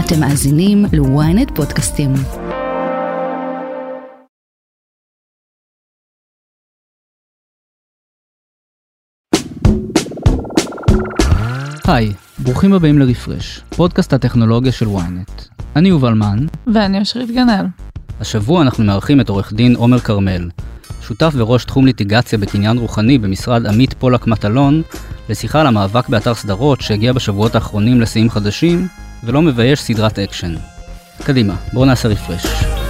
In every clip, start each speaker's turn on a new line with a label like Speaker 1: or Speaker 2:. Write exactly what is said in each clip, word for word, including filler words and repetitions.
Speaker 1: אתם מאזינים ל-ynet פודקאסטים.
Speaker 2: היי, ברוכים הבאים לרפרש, פודקאסט הטכנולוגיה של ynet. אני יובל מן.
Speaker 3: ואני אושרית גנאל.
Speaker 2: השבוע אנחנו מארחים את עורך דין עומר כרמל, שותף וראש תחום ליטיגציה בקניין רוחני במשרד עמית פולק מטלון, לשיחה על המאבק באתר סדרות שהגיע בשבועות האחרונים לשיאים חדשים, ולא מבייש סדרת אקשן. קדימה, בואו נעשה רפרש.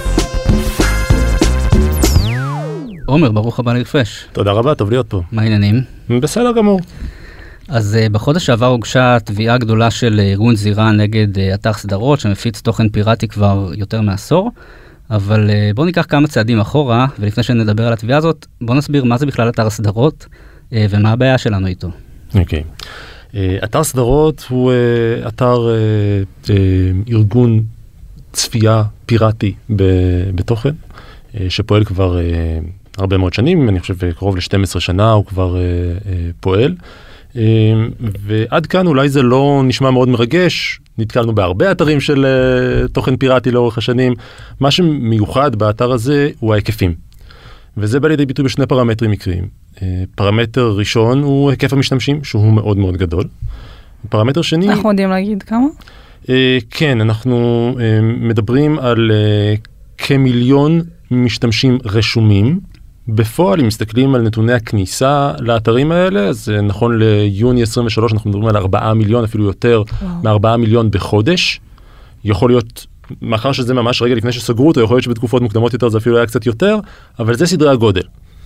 Speaker 2: עומר, ברוך הבא לרפרש.
Speaker 4: תודה רבה, טוב להיות פה.
Speaker 2: מה העניינים?
Speaker 4: בסדר גמור.
Speaker 2: אז uh, בחודש שעבר הוגשה תביעה גדולה של ארגון זירה נגד uh, אתר סדרות שמפיץ תוכן פיראטי כבר יותר מעשור, אבל uh, בואו ניקח כמה צעדים אחורה, ולפני שנדבר על התביעה הזאת, בואו נסביר מה זה בכלל אתר סדרות uh, ומה הבעיה שלנו איתו.
Speaker 4: אוקיי. Okay. Uh, אתר סדרות הוא uh, אתר uh, uh, ארגון צפייה פיראטי ב- בתוכן, uh, שפועל כבר uh, הרבה מאוד שנים, אני חושב קרוב ל-שתים עשרה שנה הוא כבר uh, uh, פועל. ועד כאן אולי זה לא נשמע מאוד מרגש, נתקלנו בהרבה אתרים של תוכן פיראטי לאורך השנים. מה שמיוחד באתר הזה הוא ההיקפים, וזה בא לידי ביטוי בשני פרמטרים מקריים. פרמטר ראשון הוא היקף המשתמשים, שהוא מאוד מאוד גדול. פרמטר שני...
Speaker 3: אנחנו יודעים להגיד כמה?
Speaker 4: כן, אנחנו מדברים על כמיליון משתמשים רשומים. בפועל, אם מסתכלים על נתוני הכניסה לאתרים האלה, אז נכון ליוני עשרים ושלוש, אנחנו מדברים על ארבעה מיליון, אפילו יותר מארבעה מיליון בחודש. יכול להיות, מאחר שזה ממש רגע לפני שסגרו אותו, יכול להיות שבתקופות מוקדמות יותר זה אפילו היה קצת יותר, אבל זה סדרי הגודל.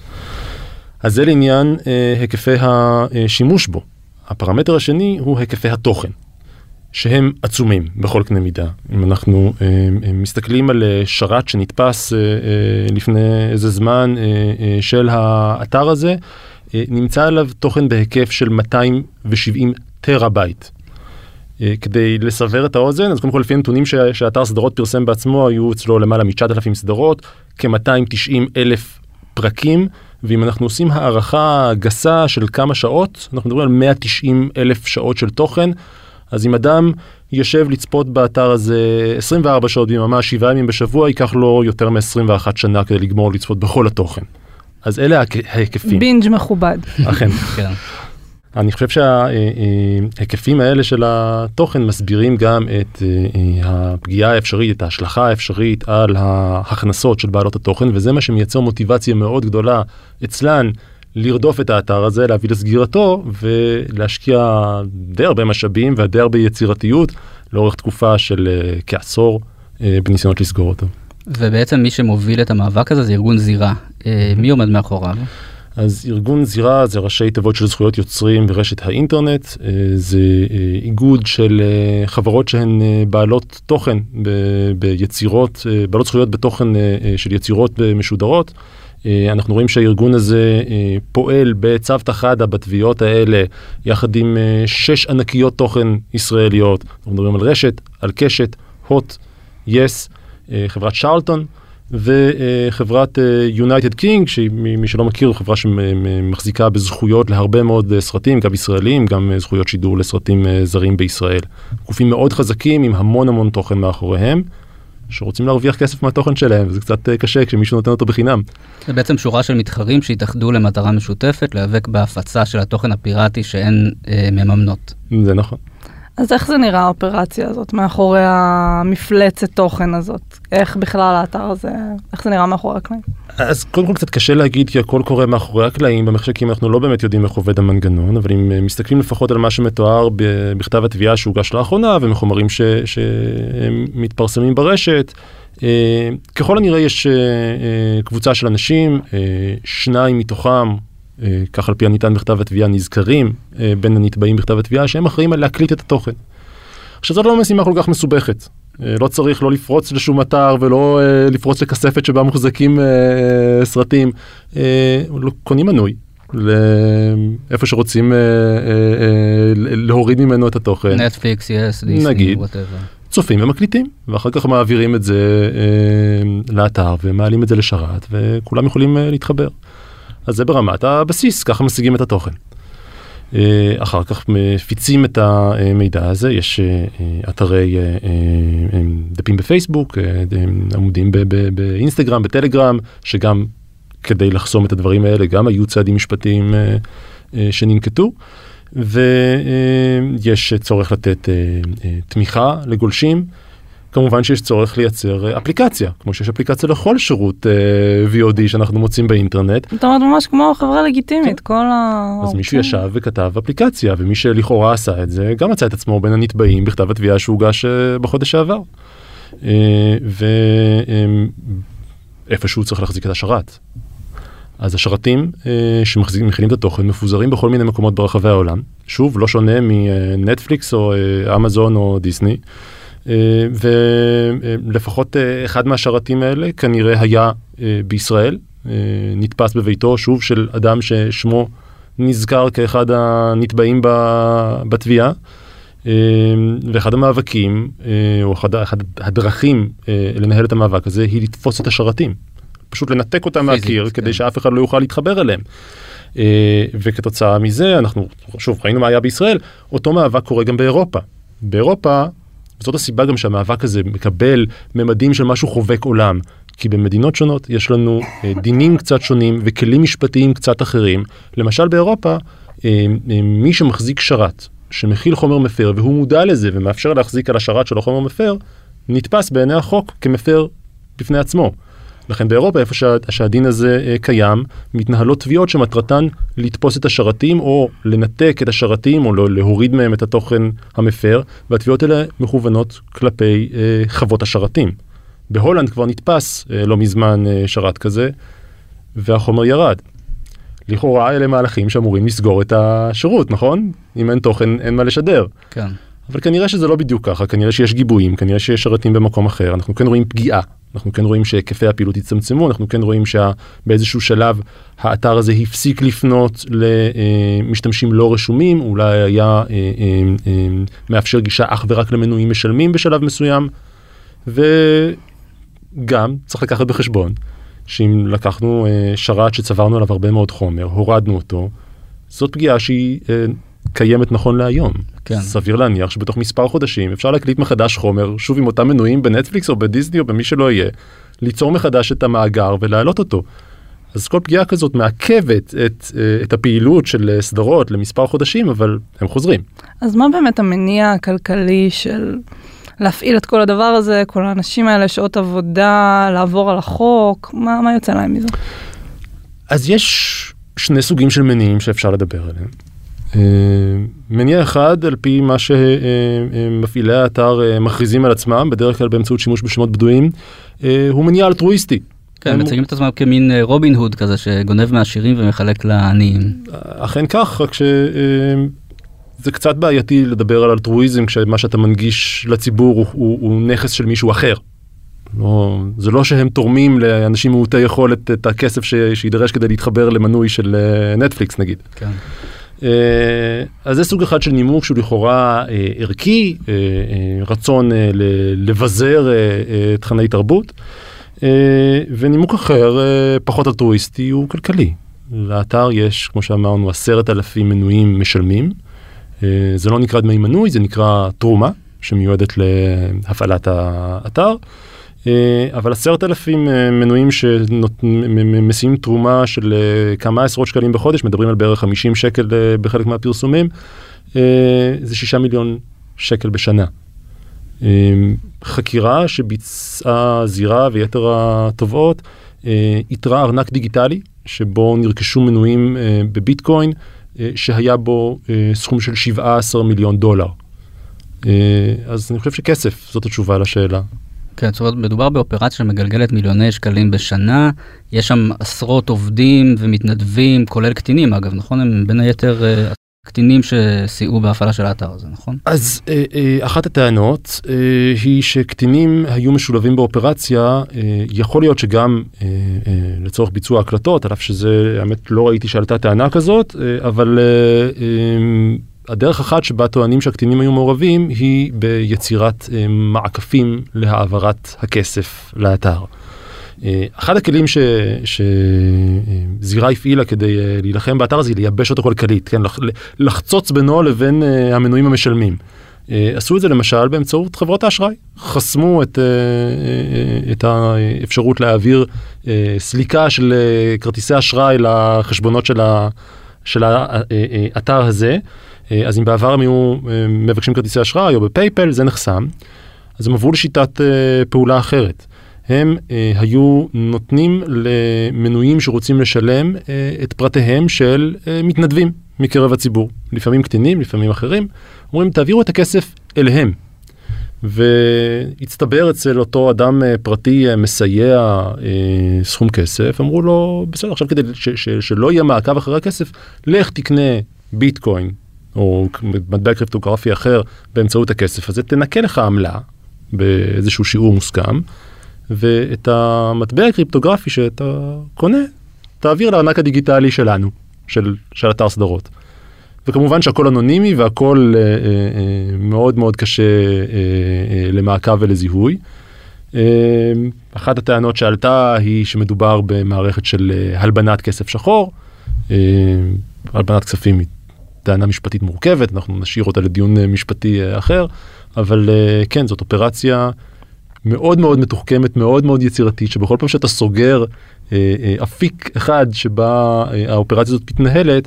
Speaker 4: אז זה לעניין אה, היקפי השימוש בו. הפרמטר השני הוא היקפי התוכן, שהם עצומים בכל קנה מידה. אם אנחנו אה, מסתכלים על שרת שנתפס אה, אה, לפני איזה זמן אה, אה, של האתר הזה, אה, נמצא עליו תוכן בהיקף של מאתיים ושבעים טראבייט. אה, כדי לסבר את האוזן, אז קודם כל לפי נתונים ש- שהאתר סדרות פרסם בעצמו, היו אצלו למעלה מ-תשעת אלפים סדרות, כ-מאתיים ותשעים אלף פרקים, ואם אנחנו עושים הערכה גסה של כמה שעות, אנחנו מדברים על מאה ותשעים אלף שעות של תוכן. אז אם אדם יושב לצפות באתר הזה עשרים וארבע שעות ביממה, שבעה ימים בשבוע, ייקח לו יותר מ-עשרים ואחת שנה כדי לגמור לצפות בכל התוכן. אז אלה ההיקפים.
Speaker 3: בינג' מכובד.
Speaker 4: אכן. כן. אני חושב שההיקפים האלה של התוכן מסבירים גם את הפגיעה האפשרית, את ההשלכה האפשרית על ההכנסות של בעלות התוכן, וזה מה שמייצר מוטיבציה מאוד גדולה אצלן, לרדוף את האתר הזה, להביא לסגירתו, ולהשקיע די הרבה משאבים ודי הרבה יצירתיות, לאורך תקופה של uh, כעשור, uh, בניסיונות לסגור אותו.
Speaker 2: ובעצם מי שמוביל את המאבק הזה זה ארגון זירה. Uh, מי עומד מאחוריו?
Speaker 4: אז ארגון זירה זה ראשי תיבות של זכויות יוצרים ברשת האינטרנט, uh, זה uh, איגוד של uh, חברות שהן uh, בעלות תוכן ב- ביצירות, uh, בעלות זכויות בתוכן uh, של יצירות משודרות. אנחנו רואים שהארגון הזה פועל בצוותא חדא בתביעות האלה, יחד עם שש ענקיות תוכן ישראליות. אנחנו מדברים על רשת, על קשת, הוט, יס, חברת שרלטון, וחברת יונייטד קינג, שמי שלא מכיר, חברה שמחזיקה בזכויות להרבה מאוד סרטים, גם ישראלים, גם זכויות שידור לסרטים זרים בישראל. גופים מאוד חזקים עם המון המון תוכן מאחוריהם, שרוצים להרוויח כסף מהתוכן שלהם, וזה קצת קשה כשמישהו נותן אותו בחינם.
Speaker 2: זה בעצם שורה של מתחרים שהתאחדו למטרה משותפת, להיאבק בהפצה של התוכן הפיראטי שהן אה, מממנות.
Speaker 4: זה נכון.
Speaker 3: אז איך זה נראה האופרציה הזאת, מאחורי המפלצת תוכן הזאת? איך בכלל האתר הזה, איך זה נראה מאחורי הקלעים?
Speaker 4: אז קודם כל קצת קשה להגיד, כי הכל קורה מאחורי הקלעים, במחשכים אנחנו לא באמת יודעים איך עובד המנגנון, אבל אם מסתכלים לפחות על מה שמתואר בכתב התביעה שהוגש לאחרונה, ומחומרים שמתפרסמים ברשת, ככל הנראה יש קבוצה של אנשים, שניים מתוכם, כך על פי הניתן בכתב התביעה, נזכרים בין הנתבעים בכתב התביעה, שהם אחראים על להקליט את התוכן. עכשיו זאת לא משימה כל כך מסובכת. לא צריך לא לפרוץ לשום אתר ולא לפרוץ לכספת שבה מוחזקים סרטים. קונים מנוי לאיפה שרוצים להוריד ממנו את התוכן.
Speaker 2: נטפליקס, יס, דיסני,
Speaker 4: נגיד. צופים ומקליטים, ואחר כך מעבירים את זה לאתר ומעלים את זה לשרת, וכולם יכולים להתחבר. אז זה ברמת הבסיס, ככה משיגים את התוכן. אחר כך מפיצים את המידע הזה, יש אתרי דפים בפייסבוק, עמודים באינסטגרם, בטלגרם, שגם כדי לחסום את הדברים האלה, גם היו צעדים משפטיים שננקטו, ויש צורך לתת תמיכה לגולשים, כמובן שיש צורך לייצר אפליקציה, כמו שיש אפליקציה לכל שירות וי או די שאנחנו מוצאים באינטרנט.
Speaker 3: זאת אומרת, ממש כמו חברה לגיטימית, כל ה...
Speaker 4: אז מישהו ישב וכתב אפליקציה, ומי שלכאורה עשה את זה, גם מצא את עצמו בין הנתבעים בכתב התביעה שהוגש בחודש שעבר. ואיפשהו צריך להחזיק את השרת. אז השרתים שמכילים את התוכן מפוזרים בכל מיני מקומות ברחבי העולם. שוב, לא שונה מנטפליקס או אמזון או דיסני. ולפחות אחד מהשרתים האלה כנראה היה בישראל, נתפס בביתו, שוב, של אדם ששמו נזכר כאחד הנתבעים בתביעה, ואחד המאבקים, או אחד, אחד הדרכים לנהל את המאבק הזה, היא לתפוס את השרתים. פשוט לנתק אותם מהקיר, כדי שאף אחד לא יוכל להתחבר אליהם. וכתוצאה מזה, אנחנו, שוב, ראינו מה היה בישראל, אותו מאבק קורה גם באירופה. באירופה, וזאת הסיבה גם שהמאבק הזה מקבל ממדים של משהו חובק עולם, כי במדינות שונות יש לנו דינים קצת שונים וכלים משפטיים קצת אחרים. למשל באירופה, מי שמחזיק שרת שמכיל חומר מפר והוא מודע לזה ומאפשר להחזיק על השרת של החומר מפר, נתפס בעיני החוק כמפר בפני עצמו. לכן באירופה, איפה שה, שהדין הזה קיים, מתנהלות תביעות שמטרתן לתפוס את השרתים או לנתק את השרתים או לא, להוריד מהם את התוכן המפר, והתביעות האלה מכוונות כלפי אה, חוות השרתים. בהולנד כבר נתפס אה, לא מזמן אה, שרת כזה, והחומר ירד. לכאורה אלה מהלכים שאמורים לסגור את השירות, נכון? אם אין תוכן, אין מה לשדר.
Speaker 2: כן.
Speaker 4: אבל כנראה שזה לא בדיוק ככה, כנראה שיש גיבויים, כנראה שיש שרתים במקום אחר, אנחנו כן רואים פגיעה. אנחנו כן רואים שהיקפי הפעילות הצטמצמו, אנחנו כן רואים שבאיזשהו שלב האתר הזה הפסיק לפנות למשתמשים לא רשומים, אולי היה מאפשר גישה אך ורק למנויים משלמים בשלב מסוים, וגם צריך לקחת בחשבון, שאם לקחנו שרת שצברנו עליו הרבה מאוד חומר, הורדנו אותו, זאת פגיעה שהיא קיימת נכון להיום.
Speaker 2: כן.
Speaker 4: סביר להניח שבתוך מספר חודשים אפשר להקליט מחדש חומר, שוב עם אותם מנויים בנטפליקס או בדיסני או במי שלא יהיה, ליצור מחדש את המאגר ולהעלות אותו. אז כל פגיעה כזאת מעכבת את, את הפעילות של סדרות למספר חודשים, אבל הם חוזרים.
Speaker 3: אז מה באמת המניע הכלכלי של להפעיל את כל הדבר הזה, כל האנשים האלה, שעות עבודה, לעבור על החוק, מה, מה יוצא להם מזה?
Speaker 4: אז יש שני סוגים של מניעים שאפשר לדבר עליהם. מניע אחד, על פי מה שמפעילי האתר מכריזים על עצמם, בדרך כלל באמצעות שימוש בשמות בדויים, הוא מניע אלטרואיסטי.
Speaker 2: כן, מציגים את עצמם כמין רובין הוד כזה, שגונב מהעשירים ומחלק לעניים.
Speaker 4: אכן כך, רק שזה קצת בעייתי לדבר על אלטרואיזם, כשמה שאתה מנגיש לציבור הוא, הוא, הוא נכס של מישהו אחר. לא, זה לא שהם תורמים לאנשים מעוטי יכולת את הכסף ש, שידרש כדי להתחבר למנוי של נטפליקס נגיד.
Speaker 2: כן.
Speaker 4: אז זה סוג אחד של נימוק שהוא לכאורה ערכי, רצון לבזר תכני תרבות, ונימוק אחר, פחות אלטרואיסטי, הוא כלכלי. לאתר יש, כמו שאמרנו, עשרת אלפים מנויים משלמים. זה לא נקרא דמי מנוי, זה נקרא תרומה, שמיועדת להפעלת האתר. אבל עשרת אלפים מנויים שמשיאים תרומה של כמה עשרות שקלים בחודש, מדברים על בערך חמישים שקל בחלק מהפרסומים, זה שישה מיליון שקל בשנה. חקירה שביצעה זירה ויתר התובעות, יתרה ארנק דיגיטלי, שבו נרכשו מנויים בביטקוין, שהיה בו סכום של שבעה עשר מיליון דולר. אז אני חושב שכסף, זאת התשובה לשאלה.
Speaker 2: כן, זאת אומרת, מדובר באופרציה שמגלגלת מיליוני שקלים בשנה, יש שם עשרות עובדים ומתנדבים, כולל קטינים אגב, נכון? הם בין היתר קטינים שסייעו בהפעלה של האתר הזה, נכון?
Speaker 4: אז אחת הטענות היא שקטינים היו משולבים באופרציה, יכול להיות שגם לצורך ביצוע הקלטות, על אף שזה, האמת לא ראיתי שעלתה טענה כזאת, אבל הדרך אחת שבה טוענים שהקטינים היו מעורבים היא ביצירת מעקפים להעברת הכסף לאתר. אחד הכלים שזירה הפעילה כדי להילחם באתר הזה, לייבש אותו כלכלית, כן? לחצוץ בינו לבין המנויים המשלמים. עשו את זה למשל באמצעות חברות האשראי. חסמו את, את האפשרות להעביר סליקה של כרטיסי אשראי לחשבונות של, ה, של האתר הזה. אז אם בעבר הם היו מבקשים כרטיסי אשראי או בפייפל, זה נחסם. אז הם עברו לשיטת פעולה אחרת. הם אה, היו נותנים למנויים שרוצים לשלם אה, את פרטיהם של אה, מתנדבים מקרב הציבור. לפעמים קטינים, לפעמים אחרים. אומרים, תעבירו את הכסף אליהם. והצטבר אצל אותו אדם אה, פרטי אה, מסייע אה, סכום כסף. אמרו לו, בסדר, עכשיו כדי ש- ש- שלא יהיה מעקב אחרי הכסף, לך תקנה ביטקוין או מטבע קריפטוגרפי אחר באמצעות הכסף הזה, תנקה לך עמלה באיזשהו שיעור מוסכם. ואת המטבע הקריפטוגרפי שאתה קונה, תעביר לארנק הדיגיטלי שלנו, של, של אתר סדרות. וכמובן שהכל אנונימי והכל אה, אה, מאוד מאוד קשה אה, אה, למעקב ולזיהוי. אה, אחת הטענות שעלתה היא שמדובר במערכת של אה, הלבנת כסף שחור. אה, הלבנת כספים היא טענה משפטית מורכבת, אנחנו נשאיר אותה לדיון אה, משפטי אה, אחר, אבל אה, כן, זאת אופרציה מאוד מאוד מתוחכמת, מאוד מאוד יצירתית, שבכל פעם שאתה סוגר אה, אה, אפיק אחד שבה אה, האופרציה הזאת מתנהלת,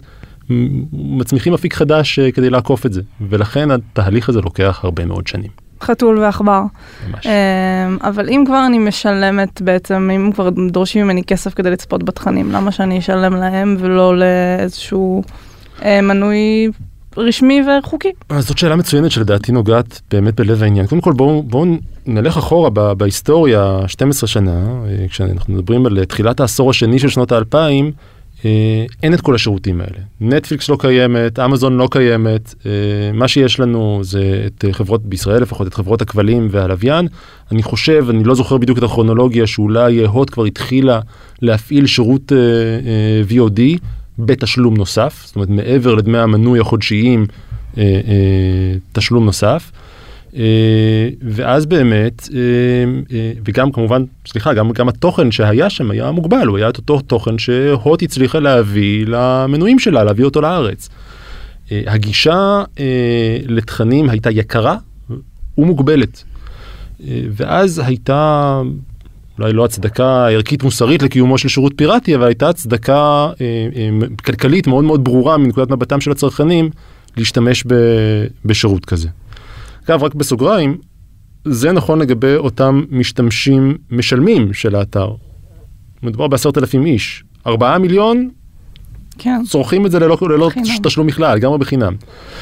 Speaker 4: מצמיחים אפיק חדש אה, כדי לעקוף את זה. ולכן התהליך הזה לוקח הרבה מאוד שנים.
Speaker 3: חתול ועכבר.
Speaker 4: ממש.
Speaker 3: אה, אבל אם כבר אני משלמת בעצם, אם כבר דורשים ממני כסף כדי לצפות בתכנים, למה שאני אשלם להם ולא לאיזשהו אה, מנוי רשמי וחוקי?
Speaker 4: אז זאת שאלה מצוינת שלדעתי נוגעת באמת בלב העניין. קודם כל בואו בוא נלך אחורה ב- בהיסטוריה, שתים עשרה שנה, כשאנחנו מדברים על תחילת העשור השני של שנות האלפיים, אין את כל השירותים האלה. נטפליקס לא קיימת, אמזון לא קיימת, מה שיש לנו זה את חברות בישראל, לפחות את חברות הכבלים והלוויין. אני חושב, אני לא זוכר בדיוק את הכרונולוגיה, שאולי הוט כבר התחילה להפעיל שירות וי או די, בתשלום נוסף, זאת אומרת מעבר לדמי המנוי החודשיים, אה, אה, תשלום נוסף, אה, ואז באמת, אה, אה, וגם כמובן, סליחה, גם, גם התוכן שהיה שם היה מוגבל, הוא היה את אותו תוכן שהוט הצליחה להביא למנויים שלה, להביא אותו לארץ. אה, הגישה אה, לתכנים הייתה יקרה ומוגבלת, אה, ואז הייתה אולי לא הצדקה ערכית מוסרית לקיומו של שירות פיראטי, אבל הייתה הצדקה אה, אה, כלכלית מאוד מאוד ברורה מנקודת מבטם של הצרכנים להשתמש ב, בשירות כזה. אגב, רק בסוגריים, זה נכון לגבי אותם משתמשים משלמים של האתר. מדובר בעשרת אלפים איש. ארבעה מיליון
Speaker 3: כן.
Speaker 4: צורכים את זה ללא, ללא תשלום בכלל, גם בחינם.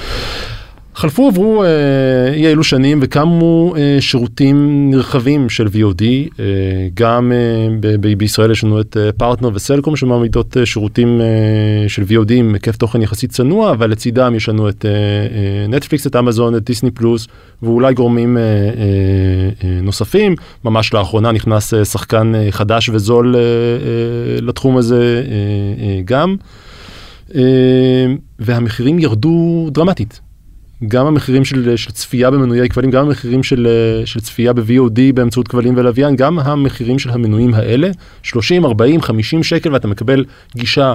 Speaker 4: חלפו עברו אי אילו שנים וקמו אה, שירותים נרחבים של וי או די, אה, גם אה, ב- ב- בישראל יש לנו את אה, פרטנר וסלקום שמעמידות אה, שירותים אה, של וי או די עם היקף תוכן יחסית צנוע, אבל לצידם יש לנו את אה, אה, נטפליקס, את אמזון, את דיסני פלוס, ואולי גורמים אה, אה, אה, נוספים. ממש לאחרונה נכנס אה, שחקן אה, חדש וזול אה, אה, לתחום הזה אה, אה, גם, אה, והמחירים ירדו דרמטית. גם המחירים של, של צפייה במנויי כבלים, גם המחירים של, של צפייה ב-וי או די באמצעות כבלים ולוויין, גם המחירים של המנויים האלה, שלושים, ארבעים, חמישים שקל, ואתה מקבל גישה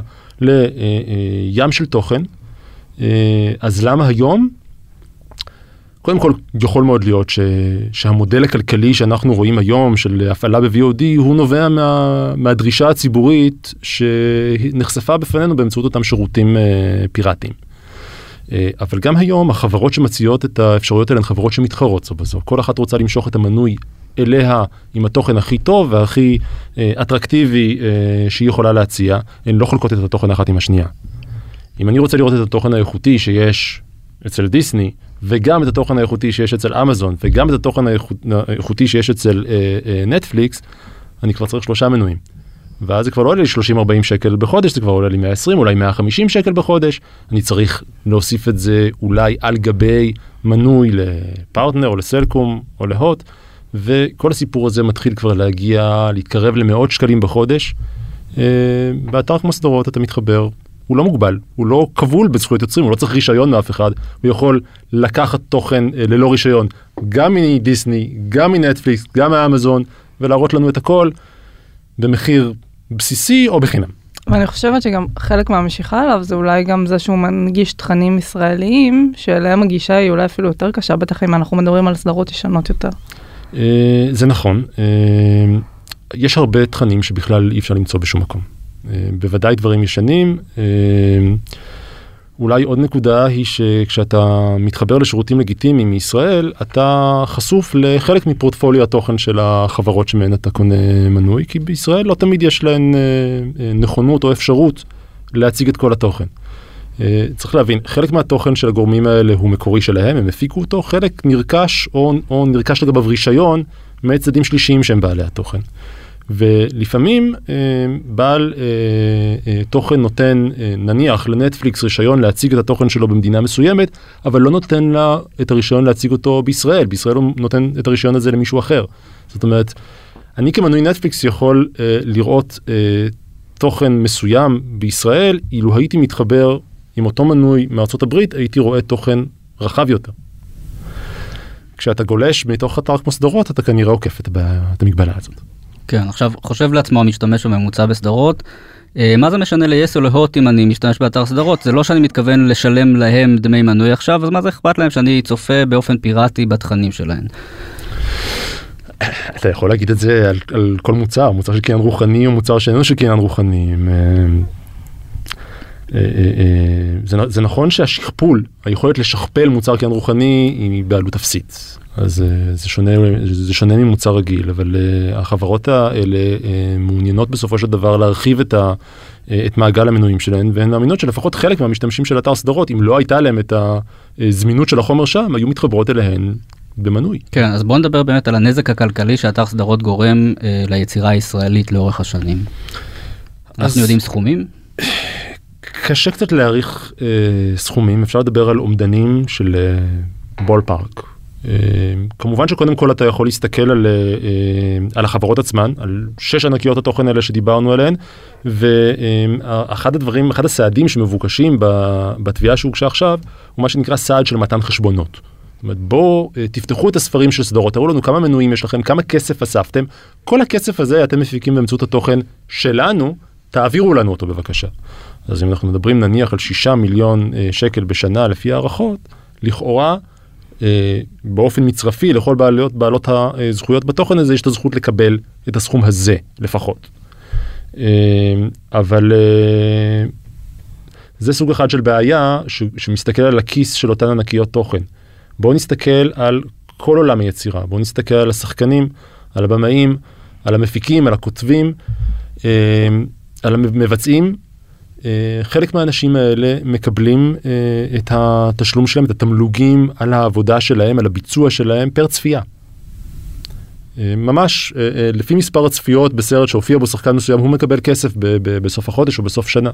Speaker 4: לים של תוכן. אז למה היום? קודם כל, יכול מאוד להיות ש, שהמודל הכלכלי שאנחנו רואים היום של הפעלה ב-וי או די, הוא נובע מה, מהדרישה הציבורית שנחשפה בפנינו באמצעות אותם שירותים פיראטיים. אבל גם היום החברות שמציעות את האפשרויות האלה הן חברות שמתחרות זו בזו. כל אחת רוצה למשוך את המנוי אליה עם התוכן הכי טוב והכי אה, אטרקטיבי אה, שהיא יכולה להציע. הן לא חולקות את התוכן האחת עם השנייה. אם אני רוצה לראות את התוכן האיכותי שיש אצל דיסני, וגם את התוכן האיכותי שיש אצל אמזון, וגם את התוכן האיכותי שיש אצל אה, אה, נטפליקס, אני כבר צריך שלושה מנויים. ואז זה כבר לא עולה לי שלושים ארבעים שקל בחודש, זה כבר עולה לי מאה ועשרים, אולי מאה וחמישים שקל בחודש. אני צריך להוסיף את זה אולי על גבי מנוי לפרטנר או לסלקום או להוט, וכל הסיפור הזה מתחיל כבר להגיע, להתקרב למאות שקלים בחודש. באתר כמו סדרות אתה מתחבר, הוא לא מוגבל, הוא לא כבול בזכויות יוצרים, הוא לא צריך רישיון מאף אחד, הוא יכול לקחת תוכן ללא רישיון, גם מדיסני, גם מנטפליקס, גם מאמזון, ולהראות לנו את הכל. במחיר בסיסי או בחינם.
Speaker 3: ואני חושבת שגם חלק מהמשיכה עליו זה אולי גם זה שהוא מנגיש תכנים ישראליים, שאליהם הגישה היא אולי אפילו יותר קשה, בטח אם אנחנו מדברים על סדרות ישנות יותר.
Speaker 4: זה נכון. יש הרבה תכנים שבכלל אי אפשר למצוא בשום מקום. בוודאי דברים ישנים. אולי עוד נקודה היא שכשאתה מתחבר לשירותים לגיטימיים מישראל, אתה חשוף לחלק מפורטפוליו התוכן של החברות שמהן אתה קונה מנוי, כי בישראל לא תמיד יש להן נכונות או אפשרות להציג את כל התוכן. צריך להבין, חלק מהתוכן של הגורמים האלה הוא מקורי שלהם, הם הפיקו אותו, חלק נרכש או, או נרכש לגביו רישיון מצדדים שלישיים שהם בעלי התוכן. ולפעמים אה, בעל אה, אה, תוכן נותן, אה, נניח לנטפליקס רישיון להציג את התוכן שלו במדינה מסוימת, אבל לא נותן לה את הרישיון להציג אותו בישראל. בישראל הוא נותן את הרישיון הזה למישהו אחר. זאת אומרת, אני כמנוי נטפליקס יכול אה, לראות אה, תוכן מסוים בישראל, אילו הייתי מתחבר עם אותו מנוי מארצות הברית, הייתי רואה תוכן רחב יותר. כשאתה גולש מתוך אתר כמו סדרות, אתה כנראה עוקף את, את המגבלה הזאת.
Speaker 2: כן, עכשיו חושב לעצמו המשתמש הממוצע בסדרות, מה זה משנה ל-yes או להוט אם אני משתמש באתר סדרות? זה לא שאני מתכוון לשלם להם דמי מנוי עכשיו, אז מה זה אכפת להם שאני צופה באופן פיראטי בתכנים שלהם?
Speaker 4: אתה יכול להגיד את זה על, על כל מוצר, מוצר של קניין רוחני או מוצר שאיננו של קניין רוחני. זה, זה נכון שהשכפול, היכולת לשכפל מוצר קניין רוחני היא בעלות אפסית. אז זה שונה, זה שונה ממוצר רגיל, אבל uh, החברות האלה uh, מעוניינות בסופו של דבר להרחיב את, ה, uh, את מעגל המנויים שלהן, והן מאמינות שלפחות חלק מהמשתמשים של אתר סדרות, אם לא הייתה להם את הזמינות של החומר שם, היו מתחברות אליהן במנוי.
Speaker 2: כן, אז בואו נדבר באמת על הנזק הכלכלי שאתר סדרות גורם uh, ליצירה הישראלית לאורך השנים. אז אנחנו יודעים סכומים?
Speaker 4: קשה קצת להעריך uh, סכומים, אפשר לדבר על אומדנים של uh, בול פארק. Uh, כמובן שקודם כל אתה יכול להסתכל על, uh, על החברות עצמן, על שש ענקיות התוכן האלה שדיברנו עליהן, ואחד הדברים, אחד הסעדים שמבוקשים בתביעה שהוגשה עכשיו, הוא מה שנקרא סעד של מתן חשבונות. זאת אומרת, בואו uh, תפתחו את הספרים של סדרות, תראו לנו כמה מנויים יש לכם, כמה כסף אספתם, כל הכסף הזה אתם מפיקים באמצעות התוכן שלנו, תעבירו לנו אותו בבקשה. אז אם אנחנו מדברים נניח על שישה מיליון uh, שקל בשנה לפי הערכות, לכאורה, באופן מצרפי לכל בעלות, בעלות הזכויות בתוכן הזה, יש את הזכות לקבל את הסכום הזה לפחות. אבל זה סוג אחד של בעיה ש, שמסתכל על הכיס של אותן ענקיות תוכן. בואו נסתכל על כל עולם היצירה, בואו נסתכל על השחקנים, על הבמאים, על המפיקים, על הכותבים, על המבצעים. חלק מהאנשים האלה מקבלים את התשלום שלהם, את התמלוגים על העבודה שלהם, על הביצוע שלהם, פר צפייה. ממש, לפי מספר הצפיות בסרט שהופיע בו שחקן מסוים, הוא מקבל כסף בסוף החודש או בסוף שנה.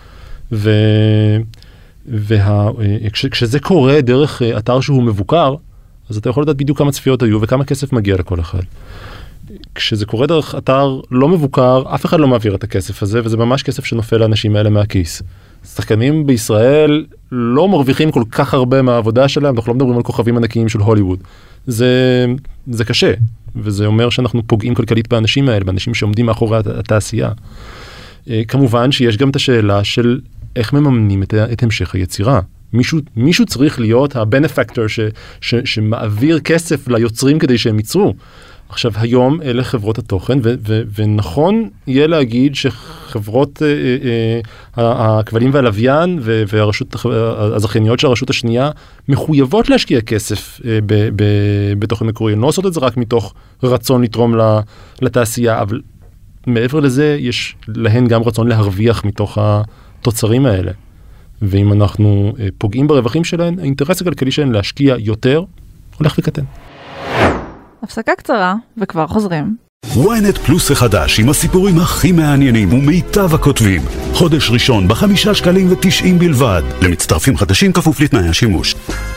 Speaker 4: וכשזה קורה דרך אתר שהוא מבוקר, אז אתה יכול לדעת בדיוק כמה צפיות היו וכמה כסף מגיע לכל אחד. כשזה קורה דרך אתר לא מבוקר, אף אחד לא מעביר את הכסף הזה, וזה ממש כסף שנופל לאנשים האלה מהכיס. שחקנים בישראל לא מרוויחים כל כך הרבה מהעבודה שלהם, אנחנו לא מדברים על כוכבים ענקיים של הוליווד. זה, זה קשה, וזה אומר שאנחנו פוגעים כלכלית באנשים האלה, באנשים שעומדים מאחורי התעשייה. כמובן שיש גם את השאלה של איך מממנים את, את המשך היצירה. מישהו, מישהו צריך להיות הבנפקטור ש, ש, שמעביר כסף ליוצרים כדי שהם ייצרו. עכשיו, היום אלה חברות התוכן, ו- ו- ונכון יהיה להגיד שחברות אה, אה, הכבלים והלוויין ו- והרשות, הזכייניות של הרשות השנייה, מחויבות להשקיע כסף אה, ב- ב- בתוכן מקורי. הן לא עושות את זה רק מתוך רצון לתרום לתעשייה, אבל מעבר לזה, יש להן גם רצון להרוויח מתוך התוצרים האלה. ואם אנחנו אה, פוגעים ברווחים שלהן, האינטרס הכלכלי שלהן להשקיע יותר, הולך וקטן.
Speaker 3: הפסקה קצרה, וכבר חוזרים.
Speaker 5: וויינט פלוס החדש עם הסיפורים הכי מעניינים ומיטב הכותבים. חודש ראשון בחמישה שקלים ותשעים בלבד. למצטרפים חדשים כפוף לתנאי השימוש.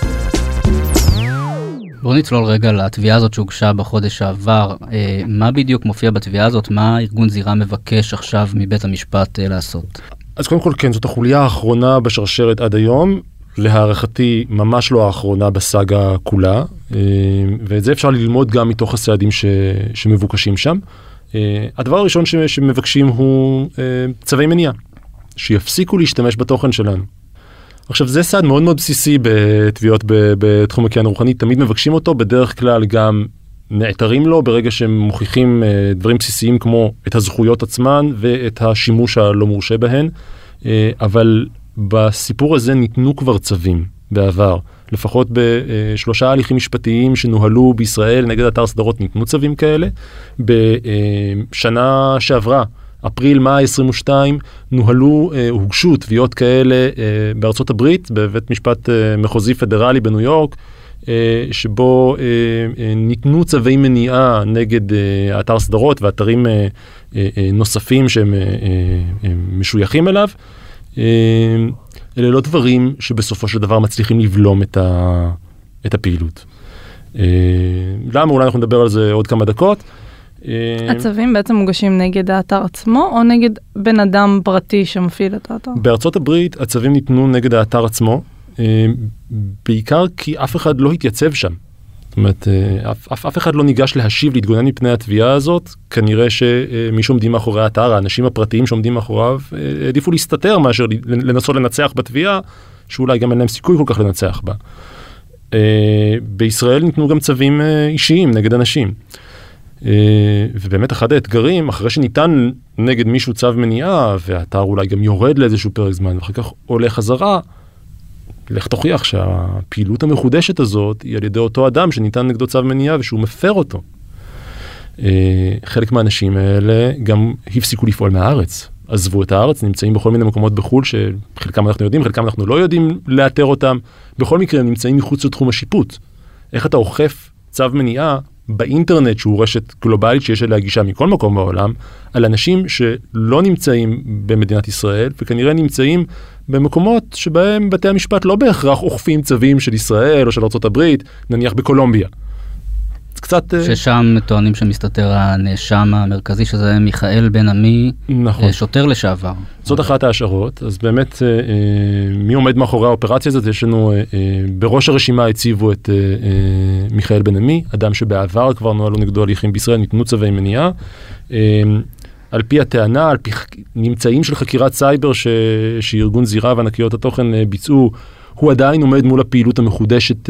Speaker 2: בואו נצלול רגע לתביעה הזאת שהוגשה בחודש העבר. אה, מה בדיוק מופיע בתביעה הזאת? מה ארגון זירה מבקש עכשיו מבית המשפט אה, לעשות?
Speaker 4: אז קודם כל כן, זאת החוליה האחרונה בשרשרת עד היום. להערכתי ממש לא האחרונה בסאגה כולה, ואת זה אפשר ללמוד גם מתוך הסעדים ש, שמבוקשים שם. הדבר הראשון שמבקשים הוא צווי מניעה, שיפסיקו להשתמש בתוכן שלנו. עכשיו, זה סעד מאוד מאוד בסיסי בתביעות בתחום הקניין הרוחני, תמיד מבקשים אותו, בדרך כלל גם נעתרים לו ברגע שהם מוכיחים דברים בסיסיים כמו את הזכויות עצמן ואת השימוש הלא מורשה בהן, אבל בסיפור הזה ניתנו כבר צווים בעבר, לפחות בשלושה הליכים משפטיים שנוהלו בישראל נגד אתר סדרות ניתנו צווים כאלה. בשנה שעברה, אפריל, מאי עשרים ושתיים, נוהלו, הוגשו תביעות כאלה בארצות הברית, בבית משפט מחוזי פדרלי בניו יורק, שבו ניתנו צווי מניעה נגד אתר סדרות ואתרים נוספים שהם משויכים אליו. אלה לא דברים שבסופו של דבר מצליחים לבלום את, ה, את הפעילות. למה? אולי אנחנו נדבר על זה עוד כמה דקות.
Speaker 3: הצווים בעצם מוגשים נגד האתר עצמו, או נגד בן אדם פרטי שמפעיל את האתר?
Speaker 4: בארצות הברית הצווים ניתנו נגד האתר עצמו, בעיקר כי אף אחד לא התייצב שם. זאת אומרת, אף, אף, אף אחד לא ניגש להשיב, להתגונן מפני התביעה הזאת. כנראה שמי שעומדים מאחורי האתר, האנשים הפרטיים שעומדים מאחוריו, העדיפו להסתתר מאשר לנסות לנצח בתביעה, שאולי גם אין להם סיכוי כל כך לנצח בה. בישראל ניתנו גם צווים אישיים נגד אנשים. ובאמת אחד האתגרים, אחרי שניתן נגד מישהו צו מניעה, והאתר אולי גם יורד לאיזשהו פרק זמן, ואחר כך עולה חזרה, לך תוכיח שהפעילות המחודשת הזאת היא על ידי אותו אדם שניתן נגדו צו מניעה ושהוא מפר אותו. חלק מהאנשים האלה גם הפסיקו לפעול מהארץ, עזבו את הארץ, נמצאים בכל מיני מקומות בחול שחלקם אנחנו יודעים, חלקם אנחנו לא יודעים לאתר אותם. בכל מקרה הם נמצאים מחוץ לתחום השיפוט. איך אתה אוכף צו מניעה באינטרנט שהוא רשת גלובלית שיש אליה גישה מכל מקום בעולם, על אנשים שלא נמצאים במדינת ישראל וכנראה נמצאים במקומות שבהם בתי המשפט לא בהכרח אוכפים צווים של ישראל או של ארצות הברית, נניח בקולומביה. קצת...
Speaker 2: ששם טוענים שמסתתר הנאשם המרכזי, שזה מיכאל בן עמי, נכון. שוטר לשעבר.
Speaker 4: זאת אחת ההשערות, אז באמת מי עומד מאחורי האופרציה הזאת? יש לנו, בראש הרשימה הציבו את מיכאל בן עמי, אדם שבעבר כבר נוהלו נגדו הליכים בישראל, ניתנו צווי מניעה. על פי הטענה, על פי נמצאים של חקירת סייבר ש... שארגון זירה וענקיות התוכן ביצעו, הוא עדיין עומד מול הפעילות המחודשת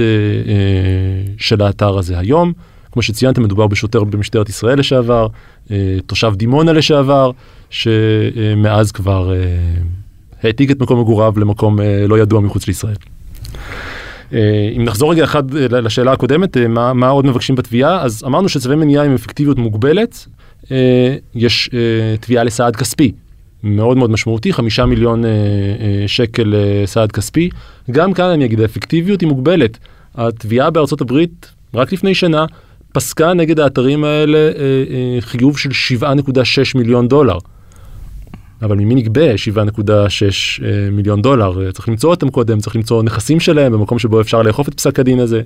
Speaker 4: של האתר הזה היום. כמו שציינתם, מדובר בשוטר במשטרת ישראל לשעבר, תושב דימונה לשעבר, שמאז כבר העתיק את מקום מגוריו למקום לא ידוע מחוץ לישראל. אם נחזור רגע אחד לשאלה הקודמת, מה, מה עוד מבקשים בתביעה? אז אמרנו שצווי מניעה עם אפקטיביות מוגבלת, יש תביעה לסעד כספי, מאוד מאוד משמעותי, חמישה מיליון שקל סעד כספי. גם כאן אני אגיד, האפקטיביות היא מוגבלת. התביעה בארצות הברית, רק לפני שנה, פסקה נגד האתרים האלה חיוב של שבעה נקודה שש מיליון דולר. אבל ממי נגבה שבעה נקודה שש מיליון דולר? צריך למצוא אותם קודם, צריך למצוא נכסים שלהם במקום שבו אפשר לאכוף את פסק הדין הזה.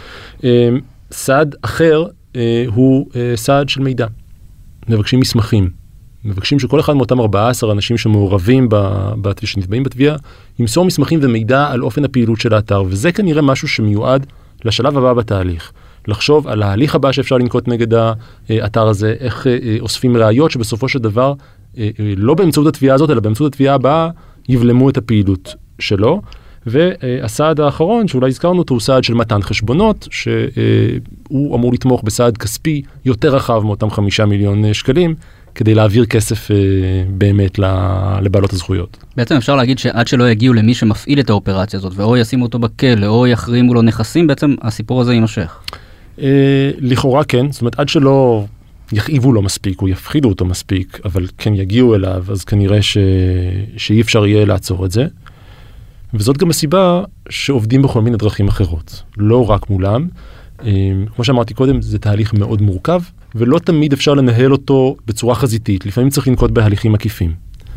Speaker 4: סעד אחר הוא סעד של מידע. מבקשים מסמכים. מבקשים שכל אחד מאותם ארבעה עשר אנשים שמעורבים שנתבעים בתביעה, ימסור מסמכים ומידע על אופן הפעילות של האתר, וזה כנראה משהו שמיועד לשלב הבא בתהליך. לחשוב על ההליך הבא שאפשר לנקוט נגד האתר הזה, איך אוספים ראיות שבסופו של דבר, לא באמצעות התביעה הזאת, אלא באמצעות התביעה הבאה, יבלמו את הפעילות שלו. והסעד האחרון, שאולי הזכרנו אותו, הוא סעד של מתן חשבונות, שהוא אמור לתמוך בסעד כספי יותר רחב מאותם חמישה מיליון שקלים, כדי להעביר כסף באמת לבעלות הזכויות.
Speaker 2: בעצם אפשר להגיד שעד שלא יגיעו למי שמפעיל את האופרציה הזאת, ואו ישימו אותו בכלא, או יחרימו לו נכסים, בעצם הסיפור הזה יימשך.
Speaker 4: לכאורה כן, זאת אומרת, עד שלא יכאיבו לו מספיק, או יפחידו אותו מספיק, אבל כן יגיעו אליו, אז כנראה ש... שאי אפשר יהיה לעצור את זה. וזאת גם הסיבה שעובדים בכל מיני דרכים אחרות, לא רק מולם. כמו שאמרתי קודם, זה תהליך מאוד מורכב, ולא תמיד אפשר לנהל אותו בצורה חזיתית. לפעמים צריך לנקוט בהליכים עקיפים.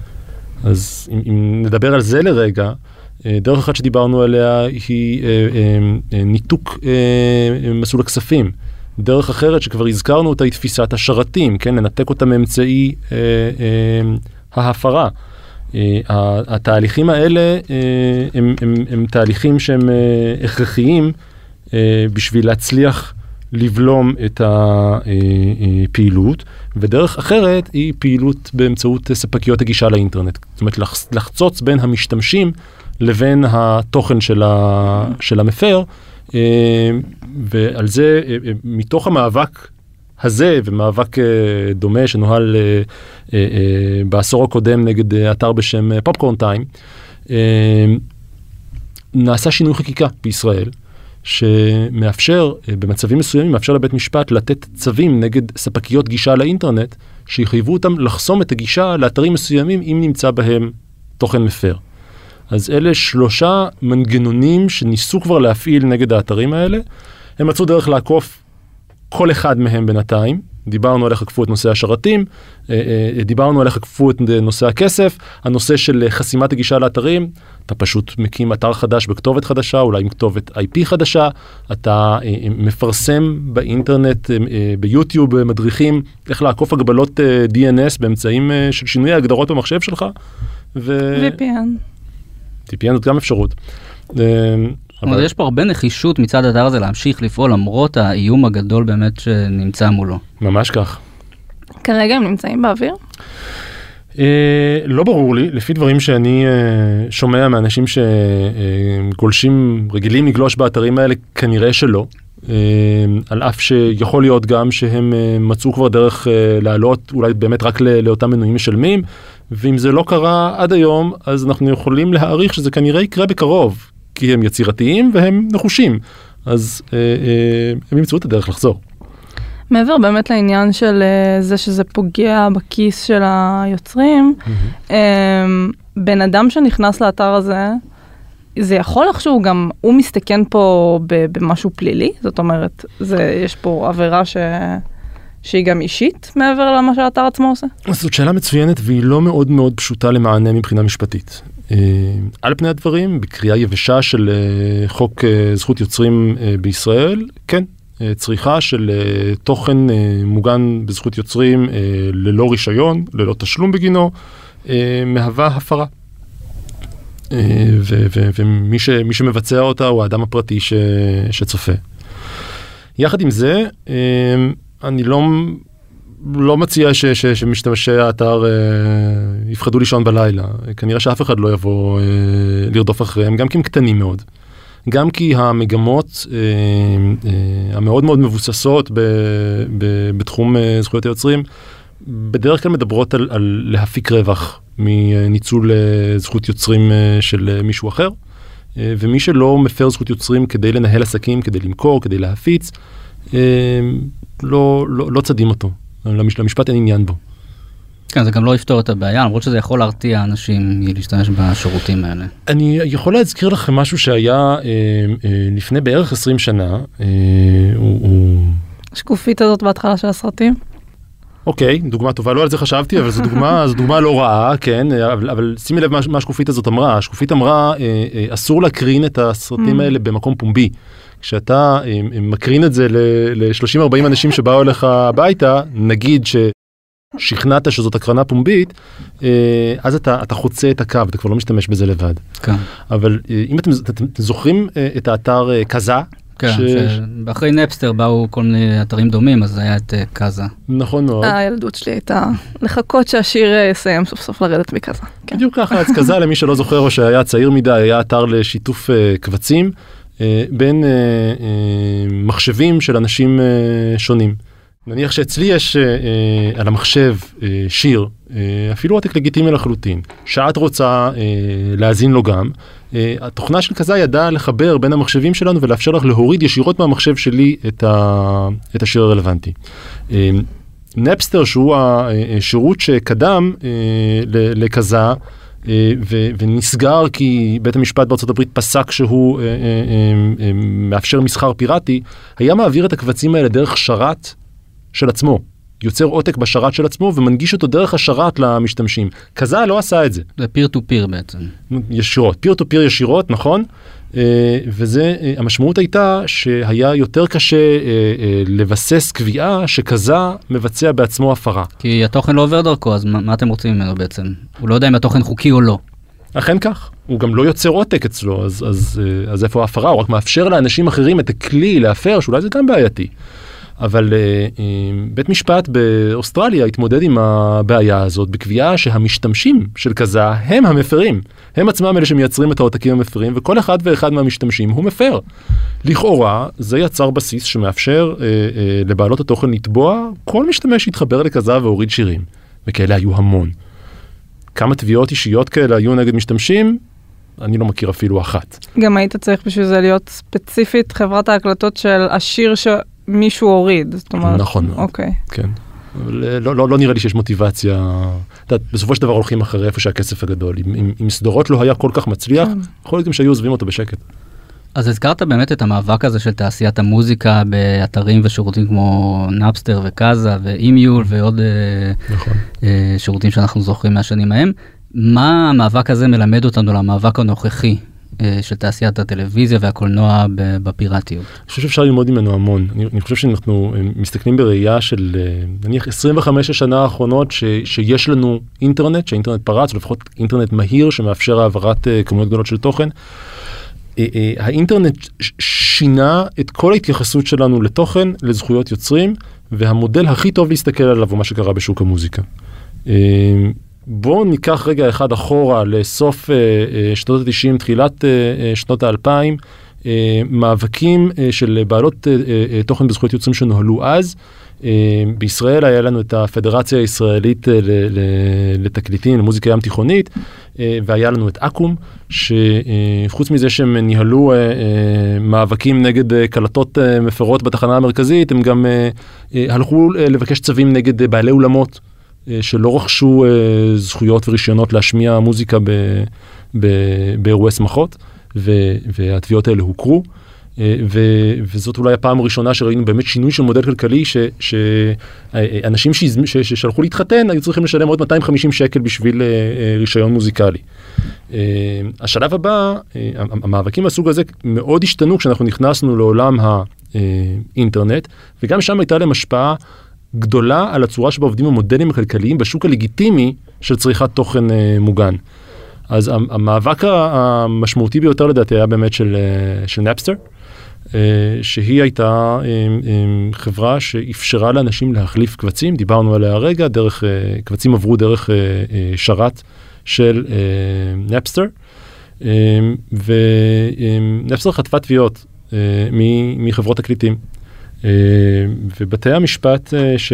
Speaker 4: אז אם, אם נדבר על זה לרגע, דרך אחת שדיברנו עליה היא ניתוק מסלול הכספים. דרך אחרת שכבר הזכרנו אותה היא תפיסת השרתים, כן? לנתק אותה מאמצעי ההפרה. התהליכים האלה הם, הם, הם תהליכים שהם הכרחיים בשביל להצליח לבלום את הפעילות, ודרך אחרת היא פעילות באמצעות ספקיות הגישה לאינטרנט. זאת אומרת, לחצוץ בין המשתמשים לבין התוכן של, ה, של המפר, ועל זה, מתוך המאבק הזה, ומאבק דומה שנוהל בעשור הקודם נגד אתר בשם פופקורן טיים, נעשה שינוי חקיקה בישראל, שמאפשר, במצבים מסוימים, מאפשר לבית משפט לתת צווים נגד ספקיות גישה לאינטרנט, שיחייבו אותם לחסום את הגישה לאתרים מסוימים, אם נמצא בהם תוכן מפר. אז אלה שלושה מנגנונים שניסו כבר להפעיל נגד האתרים האלה. הם מצאו דרך לעקוף כל אחד מהם בינתיים. דיברנו על איך עקפו את נושא השרתים, דיברנו על איך עקפו את נושא הכסף, הנושא של חסימת הגישה לאתרים, אתה פשוט מקים אתר חדש בכתובת חדשה, אולי עם כתובת איי פי חדשה, אתה מפרסם באינטרנט, ביוטיוב, מדריכים, איך לעקוף הגבלות די אן אס באמצעים של שינוי ההגדרות במחשב שלך.
Speaker 3: וי פי אן.
Speaker 4: וי פי אן זאת גם אפשרות.
Speaker 2: אבל יש פה הרבה נחישות מצד האתר הזה להמשיך לפעול למרות האיום הגדול באמת שנמצא מולו.
Speaker 4: ממש כך.
Speaker 3: כרגע הם נמצאים באוויר?
Speaker 4: לא ברור לי, לפי דברים שאני שומע מאנשים שגולשים, רגילים לגלוש באתרים האלה, כנראה שלא. על אף שיכול להיות גם שהם מצאו כבר דרך לעלות, אולי באמת רק לאותם מנויים משלמים, ואם זה לא קרה עד היום, אז אנחנו יכולים להעריך שזה כנראה יקרה בקרוב. כי הם יצירתיים והם נחושים, אז אה, אה, הם ימצאו את הדרך לחזור.
Speaker 3: מעבר באמת לעניין של אה, זה שזה פוגע בכיס של היוצרים, mm-hmm. אה, בן אדם שנכנס לאתר הזה, זה יכול לחשוב גם, הוא מסתכן פה במשהו פלילי, זאת אומרת, זה, יש פה עבירה ש... שהיא גם אישית מעבר למה שהאתר עצמו עושה?
Speaker 4: אז זאת שאלה מצוינת והיא לא מאוד מאוד פשוטה למענה מבחינה משפטית. על פני הדברים, בקריאה יבשה של חוק זכות יוצרים בישראל, כן, צריכה של תוכן מוגן בזכות יוצרים ללא רישיון, ללא תשלום בגינו, מהווה הפרה. ומי שמבצע אותה הוא האדם הפרטי שצופה. יחד עם זה, אני לא, לא מציע ש, ש, שמשתמשי האתר אה, יפחדו לישון בלילה. כנראה שאף אחד לא יבוא אה, לרדוף אחריהם, גם כי הם קטנים מאוד. גם כי המגמות אה, אה, המאוד מאוד מבוססות ב, ב, בתחום אה, זכויות היוצרים, בדרך כלל מדברות על, על להפיק רווח מניצול אה, זכות יוצרים אה, של מישהו אחר. אה, ומי שלא מפר זכות יוצרים כדי לנהל עסקים, כדי למכור, כדי להפיץ, אה, לא, לא, לא צדים אותו. למש, למשפט אין עניין בו.
Speaker 2: כן, זה גם לא יפתור את הבעיה, למרות שזה יכול להרתיע אנשים להשתמש בשירותים האלה.
Speaker 4: אני יכול להזכיר לכם משהו שהיה אה, אה, לפני בערך עשרים שנה. אה, הוא, הוא...
Speaker 3: שקופית הזאת בהתחלה של הסרטים?
Speaker 4: אוקיי, דוגמה טובה, לא על זה חשבתי, אבל זו דוגמה, זו דוגמה לא רעה, כן, אבל, אבל שימי לב מה, מה השקופית הזאת אמרה. השקופית אמרה, אה, אה, אסור להקרין את הסרטים האלה במקום פומבי. כשאתה אה, מקרין את זה ל-שלושים ארבעים אנשים שבאו אליך הביתה, נגיד ששכנעת שזאת הקרנה פומבית, אה, אז אתה, אתה חוצה את הקו, אתה כבר לא משתמש בזה לבד.
Speaker 2: כן.
Speaker 4: אבל אה, אם אתם, אתם זוכרים אה, את האתר אה, קזה,
Speaker 2: כן, ש... אחרי נפסטר באו כל מיני אתרים דומים, אז זה היה את uh, קזה.
Speaker 4: נכון מאוד.
Speaker 3: הילדות שלי הייתה לחכות שהשיר יסיים סוף סוף לרדת מקזה. כן.
Speaker 4: בדיוק ככה, אז קזה למי שלא זוכר או שהיה צעיר מדי, היה אתר לשיתוף uh, קבצים uh, בין uh, uh, מחשבים של אנשים uh, שונים. נניח שאצלי יש uh, uh, על המחשב uh, שיר, uh, אפילו עותק לגיטימי לחלוטין, שאת רוצה uh, להאזין לו גם, uh, התוכנה של כזה ידעה לחבר בין המחשבים שלנו ולאפשר לך להוריד ישירות מהמחשב שלי את, ה, את השיר הרלוונטי. Uh, נפסטר שהוא השירות שקדם uh, לכזה, uh, ו, ונסגר כי בית המשפט בארצות הברית פסק שהוא uh, uh, uh, uh, מאפשר מסחר פיראטי, היה מעביר את הקבצים האלה דרך שרת, של עצמו, יוצר עותק בשרת של עצמו ומנגיש אותו דרך השרת למשתמשים. כזה לא עשה את זה.
Speaker 2: זה פיר טו פיר בעצם.
Speaker 4: ישירות, פיר טו פיר ישירות, נכון? וזה, המשמעות הייתה שהיה יותר קשה לבסס קביעה שכזה מבצע בעצמו הפרה.
Speaker 2: כי התוכן לא עובר דרכו, אז מה, מה אתם רוצים ממנו בעצם? הוא לא יודע אם התוכן חוקי או לא.
Speaker 4: אכן כך. הוא גם לא יוצר עותק אצלו, אז, אז, אז איפה ההפרה? הוא רק מאפשר לאנשים אחרים את הכלי להפר, שאולי זה גם בעייתי. אבל בית משפט באוסטרליה התמודד עם הבעיה הזאת בקביעה שהמשתמשים של כזה הם המפרים. הם עצמם אלה שמייצרים את העותקים המפרים, וכל אחד ואחד מהמשתמשים הוא מפר. לכאורה, זה יצר בסיס שמאפשר אה, אה, לבעלות התוכן לתבוע כל משתמש שהתחבר לכזה והוריד שירים. וכאלה היו המון. כמה תביעות אישיות כאלה היו נגד משתמשים? אני לא מכיר אפילו אחת.
Speaker 3: גם היית צריך בשביל זה להיות ספציפית חברת ההקלטות של השיר שמישהו הוריד. זאת אומרת,
Speaker 4: נכון.
Speaker 3: אוקיי.
Speaker 4: כן. לא, לא, לא נראה לי שיש מוטיבציה. בסופו של דבר הולכים אחרי איפה שהכסף הגדול. אם, אם, אם סדרות לא היה כל כך מצליח, יכול להיות גם שהיו עוזבים אותו בשקט.
Speaker 2: אז הזכרת באמת את המאבק הזה של תעשיית המוזיקה באתרים ושירותים כמו נאפסטר וקאזה ואימיול ועוד נכון. שירותים שאנחנו זוכרים מהשנים ההם. מה המאבק הזה מלמד אותנו למאבק הנוכחי של תעשיית הטלוויזיה והקולנוע בפיראטיות?
Speaker 4: אני חושב שאפשר ללמוד ממנו המון. אני, אני חושב שאנחנו מסתכלים בראייה של נניח עשרים וחמש השנה האחרונות ש, שיש לנו אינטרנט, שהאינטרנט פרץ, או לפחות אינטרנט מהיר שמאפשר העברת כמויות גדולות של תוכן. האינטרנט שינה את כל ההתייחסות שלנו לתוכן, לזכויות יוצרים, והמודל הכי טוב להסתכל עליו הוא מה שקרה בשוק המוזיקה. בואו ניקח רגע אחד אחורה לסוף שנות ה-תשעים, תחילת שנות ה-אלפיים, מאבקים של בעלות תוכן בזכויות יוצרים שנוהלו אז. בישראל היה לנו את הפדרציה הישראלית לתקליטים, למוזיקה ים תיכונית, והיה לנו את אקום, שחוץ מזה שהם ניהלו מאבקים נגד קלטות מפרות בתחנה המרכזית, הם גם הלכו לבקש צווים נגד בעלי אולמות, שלא רכשו זכויות ורישיונות להשמיע מוזיקה באירועי שמחות, והתביעות האלה הוכרו. ו- וזאת אולי הפעם הראשונה שראינו באמת שינוי של מודל כלכלי, שאנשים ש- ש- ששלחו להתחתן היו צריכים לשלם עוד מאתיים וחמישים שקל בשביל uh, רישיון מוזיקלי. Uh, השלב הבא, uh, המאבקים מהסוג הזה מאוד השתנו כשאנחנו נכנסנו לעולם האינטרנט, וגם שם הייתה להם השפעה גדולה על הצורה שבה עובדים המודלים הכלכליים בשוק הלגיטימי של צריכת תוכן uh, מוגן. אז המאבק המשמעותי ביותר לדעתי היה באמת של, של נאפסטר, שהיא הייתה חברה שאפשרה לאנשים להחליף קבצים, דיברנו עליה הרגע, דרך, קבצים עברו דרך שרת של נאפסטר, ונאפסטר חטפה תביעות מחברות תקליטים, ובתי המשפט ש,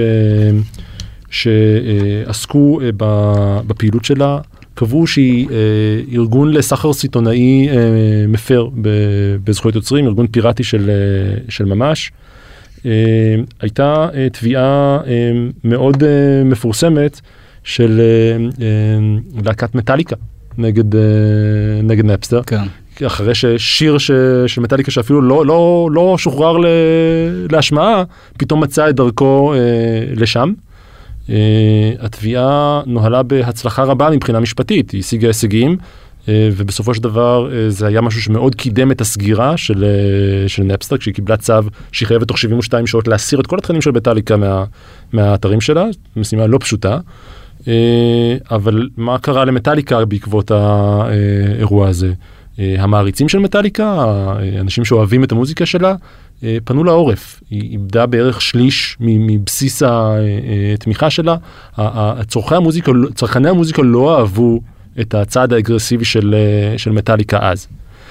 Speaker 4: שעסקו בפעילות שלה, קבעו שהיא אה, ארגון לסחר סיטונאי אה, מפר בזכויות יוצרים, ארגון פיראטי של, אה, של ממש. אה, הייתה אה, תביעה אה, מאוד אה, מפורסמת של אה, אה, להקת מטליקה נגד, אה, נגד נאפסטר. כן. אחרי ששיר ש, של מטליקה שאפילו לא, לא, לא שוחרר ל, להשמעה, פתאום מצא את דרכו אה, לשם. Uh, התביעה נוהלה בהצלחה רבה מבחינה משפטית, היא השיגה הישגים, uh, ובסופו של דבר uh, זה היה משהו שמאוד קידם את הסגירה של, uh, של נאפסטר, כשהיא קיבלה צו שהיא חייבת תוך שבעים ושתיים שעות להסיר את כל התכנים של מטליקה מה, מהאתרים שלה, משימה לא פשוטה, uh, אבל מה קרה למטליקה בעקבות האירוע הזה? Uh, המעריצים של מטליקה, האנשים שאוהבים את המוזיקה שלה, פנו לעורף, היא איבדה בערך שליש מבסיס התמיכה שלה, צורכי המוזיקה, צרכני המוזיקה לא אהבו את הצעד האגרסיבי של, של מטליקה אז.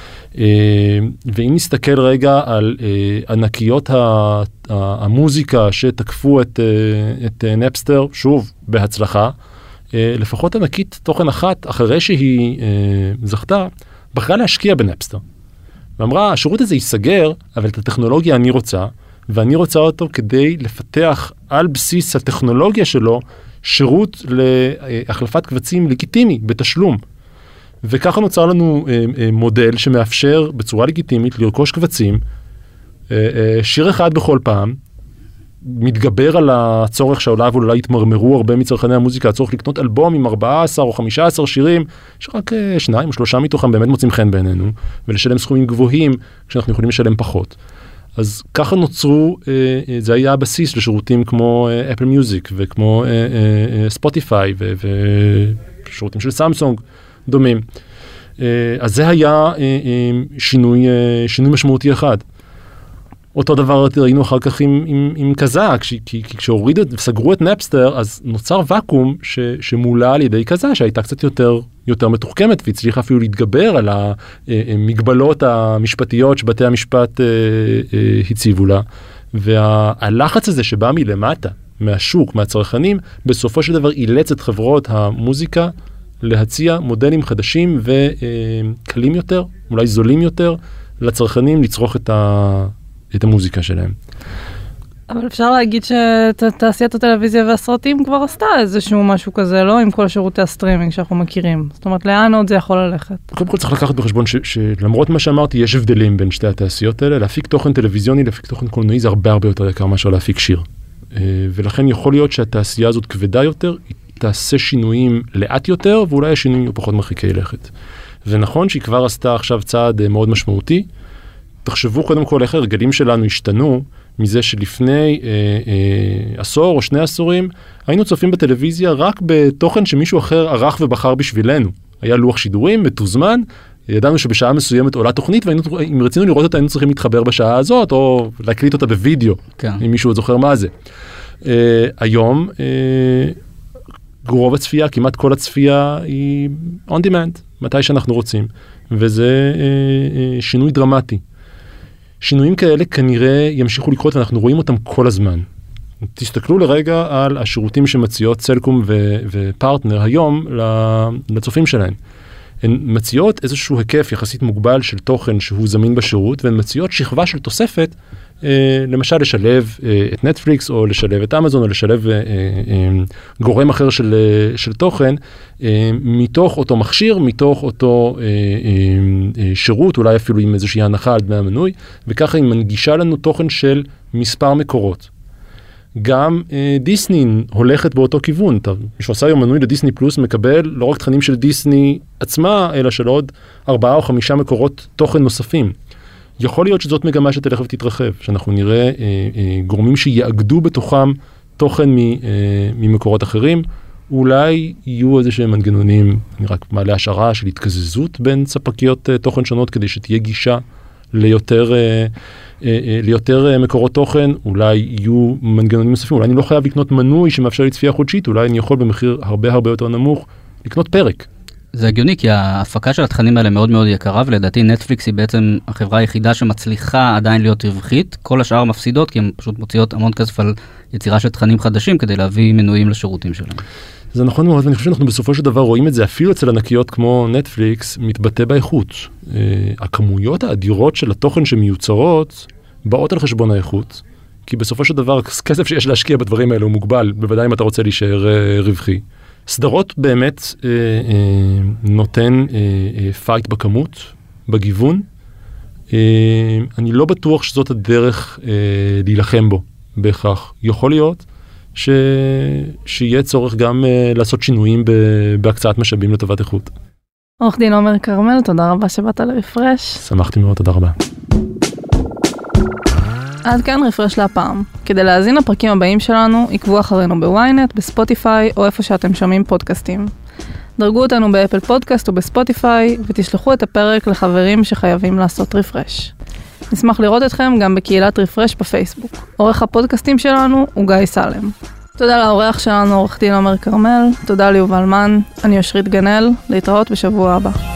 Speaker 4: ואם נסתכל רגע על ענקיות המוזיקה שתקפו את, את נאפסטר, שוב, בהצלחה, לפחות ענקית תוכן אחת, אחרי שהיא זכתה, בחרה להשקיע בנאפסטר. ואמרה, השירות הזה ייסגר, אבל את הטכנולוגיה אני רוצה, ואני רוצה אותו כדי לפתח על בסיס הטכנולוגיה שלו, שירות להחלפת קבצים לגיטימי, בתשלום. וככה נוצר לנו מודל שמאפשר בצורה לגיטימית לרכוש קבצים, שיר אחד בכל פעם, מתגבר על הצורך שעליו אולי התמרמרו הרבה מצרכני המוזיקה, הצורך לקנות אלבום עם ארבעה עשר או חמישה עשר שירים, שרק שניים או שלושה מתוכם באמת מוצאים חן בעינינו, ולשלם סכומים גבוהים כשאנחנו יכולים לשלם פחות. אז ככה נוצרו, זה היה הבסיס לשירותים כמו אפל מיוזיק, וכמו ספוטיפיי, ושירותים של סמסונג דומים. אז זה היה שינוי, שינוי משמעותי אחד. אותו דבר ראינו אחר כך עם, עם, עם קזה, כי, כי, כי כשהורידו, סגרו את נפסטר, אז נוצר וקום ש, שמולה על ידי קזה, שהייתה קצת יותר, יותר מתוחכמת, והצליחה אפילו להתגבר על המגבלות המשפטיות שבתי המשפט הציבו לה. והלחץ הזה שבא מלמטה, מהשוק, מהצרכנים, בסופו של דבר אילץ את חברות המוזיקה להציע מודלים חדשים וקלים יותר, אולי זולים יותר, לצרכנים לצרוך את, ה... את המוזיקה שלהם.
Speaker 3: אבל אפשר להגיד שתעשיית הטלוויזיה והסרטים כבר עשתה איזשהו משהו כזה, לא? עם כל שירותי הסטרימינג שאנחנו מכירים. זאת אומרת, לאן עוד זה יכול ללכת? קודם
Speaker 4: כל צריך לקחת בחשבון ש- שלמרות מה שאמרתי, יש הבדלים בין שתי התעשיות האלה. להפיק תוכן טלוויזיוני, להפיק תוכן קולנועי, זה הרבה הרבה יותר יקר מאשר להפיק שיר. ולכן יכול להיות שהתעשייה הזאת כבדה יותר, היא תעשה שינויים לאט יותר, ואולי השינויים יהיו פחות מרחיקי לכת. ונכון שהיא כבר עשתה עכשיו צעד מאוד משמעותי. תחשבו קודם כל איך הרגלים שלנו השתנו, מזה שלפני אה, אה, עשור או שני עשורים, היינו צופים בטלוויזיה רק בתוכן שמישהו אחר ערך ובחר בשבילנו. היה לוח שידורים, מתוזמן, ידענו שבשעה מסוימת עולה תוכנית, ואם רצינו לראות אותה, היינו צריכים להתחבר בשעה הזאת, או להקליט אותה בווידאו, כן. אם מישהו זוכר מה זה. אה, היום, אה, רוב הצפייה, כמעט כל הצפייה היא on demand, מתי שאנחנו רוצים, וזה אה, אה, שינוי דרמטי. שינויים כאלה כנראה ימשיכו לקרות, ואנחנו רואים אותם כל הזמן. תסתכלו לרגע על השירותים שמציעות סלקום ו- ופרטנר היום לצופים שלהם. הן מציעות איזשהו היקף יחסית מוגבל של תוכן שהוא זמין בשירות, והן מציעות שכבה של תוספת, אה, למשל לשלב אה, את נטפליקס, או לשלב את אמזון, או לשלב אה, אה, גורם אחר של, אה, של תוכן, אה, מתוך אותו מכשיר, מתוך אותו אה, אה, אה, שירות, אולי אפילו עם איזושהי הנחה על דמי המנוי, וככה היא מנגישה לנו תוכן של מספר מקורות. גם אה, דיסני הולכת באותו כיוון. מי שעושה היום מנוי לדיסני פלוס מקבל לא רק תכנים של דיסני עצמה, אלא של עוד ארבעה או חמישה מקורות תוכן נוספים. יכול להיות שזאת מגמה שתלך ותתרחב, שאנחנו נראה אה, אה, גורמים שיאגדו בתוכם תוכן מ, אה, ממקורות אחרים, אולי יהיו איזה שהם מנגנונים, אני רק מעלה השערה של התקזזות בין ספקיות אה, תוכן שונות, כדי שתהיה גישה ליותר, אה, אה, ליותר אה, מקורות תוכן, אולי יהיו מנגנונים נוספים, אולי אני לא חייב לקנות מנוי שמאפשר לי צפייה חודשית, אולי אני יכול במחיר הרבה הרבה יותר נמוך לקנות פרק.
Speaker 2: זה הגיוני, כי ההפקה של התכנים האלה מאוד מאוד יקרה, ולדעתי נטפליקס היא בעצם החברה היחידה שמצליחה עדיין להיות רווחית, כל השאר מפסידות, כי הן פשוט מוציאות המון כסף על יצירה של תכנים חדשים, כדי להביא מנויים לשירותים שלהם.
Speaker 4: זה נכון מאוד, ואני חושב שאנחנו בסופו של דבר רואים את זה, אפילו אצל ענקיות כמו נטפליקס, מתבטא באיכות. הכמויות האדירות של התוכן שמיוצרות, באות על חשבון האיכות, כי בסופו של דבר, כסף שיש להשקיע בדברים האלה הוא מוגבל, בוודאי אם אתה רוצה להישאר רווחי. סדרות באמת אה, אה, נותן אה, אה, פייט בכמות, בגיוון. אה, אני לא בטוח שזאת הדרך אה, להילחם בו בהכרח. יכול להיות ש... שיהיה צורך גם אה, לעשות שינויים ב... בהקצאת משאבים לטובת איכות.
Speaker 3: עורך דין עומר כרמל, תודה רבה שבאת לרפרש.
Speaker 4: שמחתי מאוד, תודה רבה.
Speaker 3: עד כאן רפרש להפעם. כדי להאזין לפרקים הבאים שלנו, עקבו אחרינו בוויינט, בספוטיפיי או איפה שאתם שומעים פודקאסטים. דרגו אותנו באפל פודקאסט או בספוטיפיי ותשלחו את הפרק לחברים שחייבים לעשות רפרש. נשמח לראות אתכם גם בקהילת רפרש בפייסבוק. עורך הפודקאסטים שלנו הוא גיא סלם. תודה לעורך שלנו, עורך דין עומר כרמל, תודה ליובל מן, אני אושרית גנל, להתראות בשבוע הבא.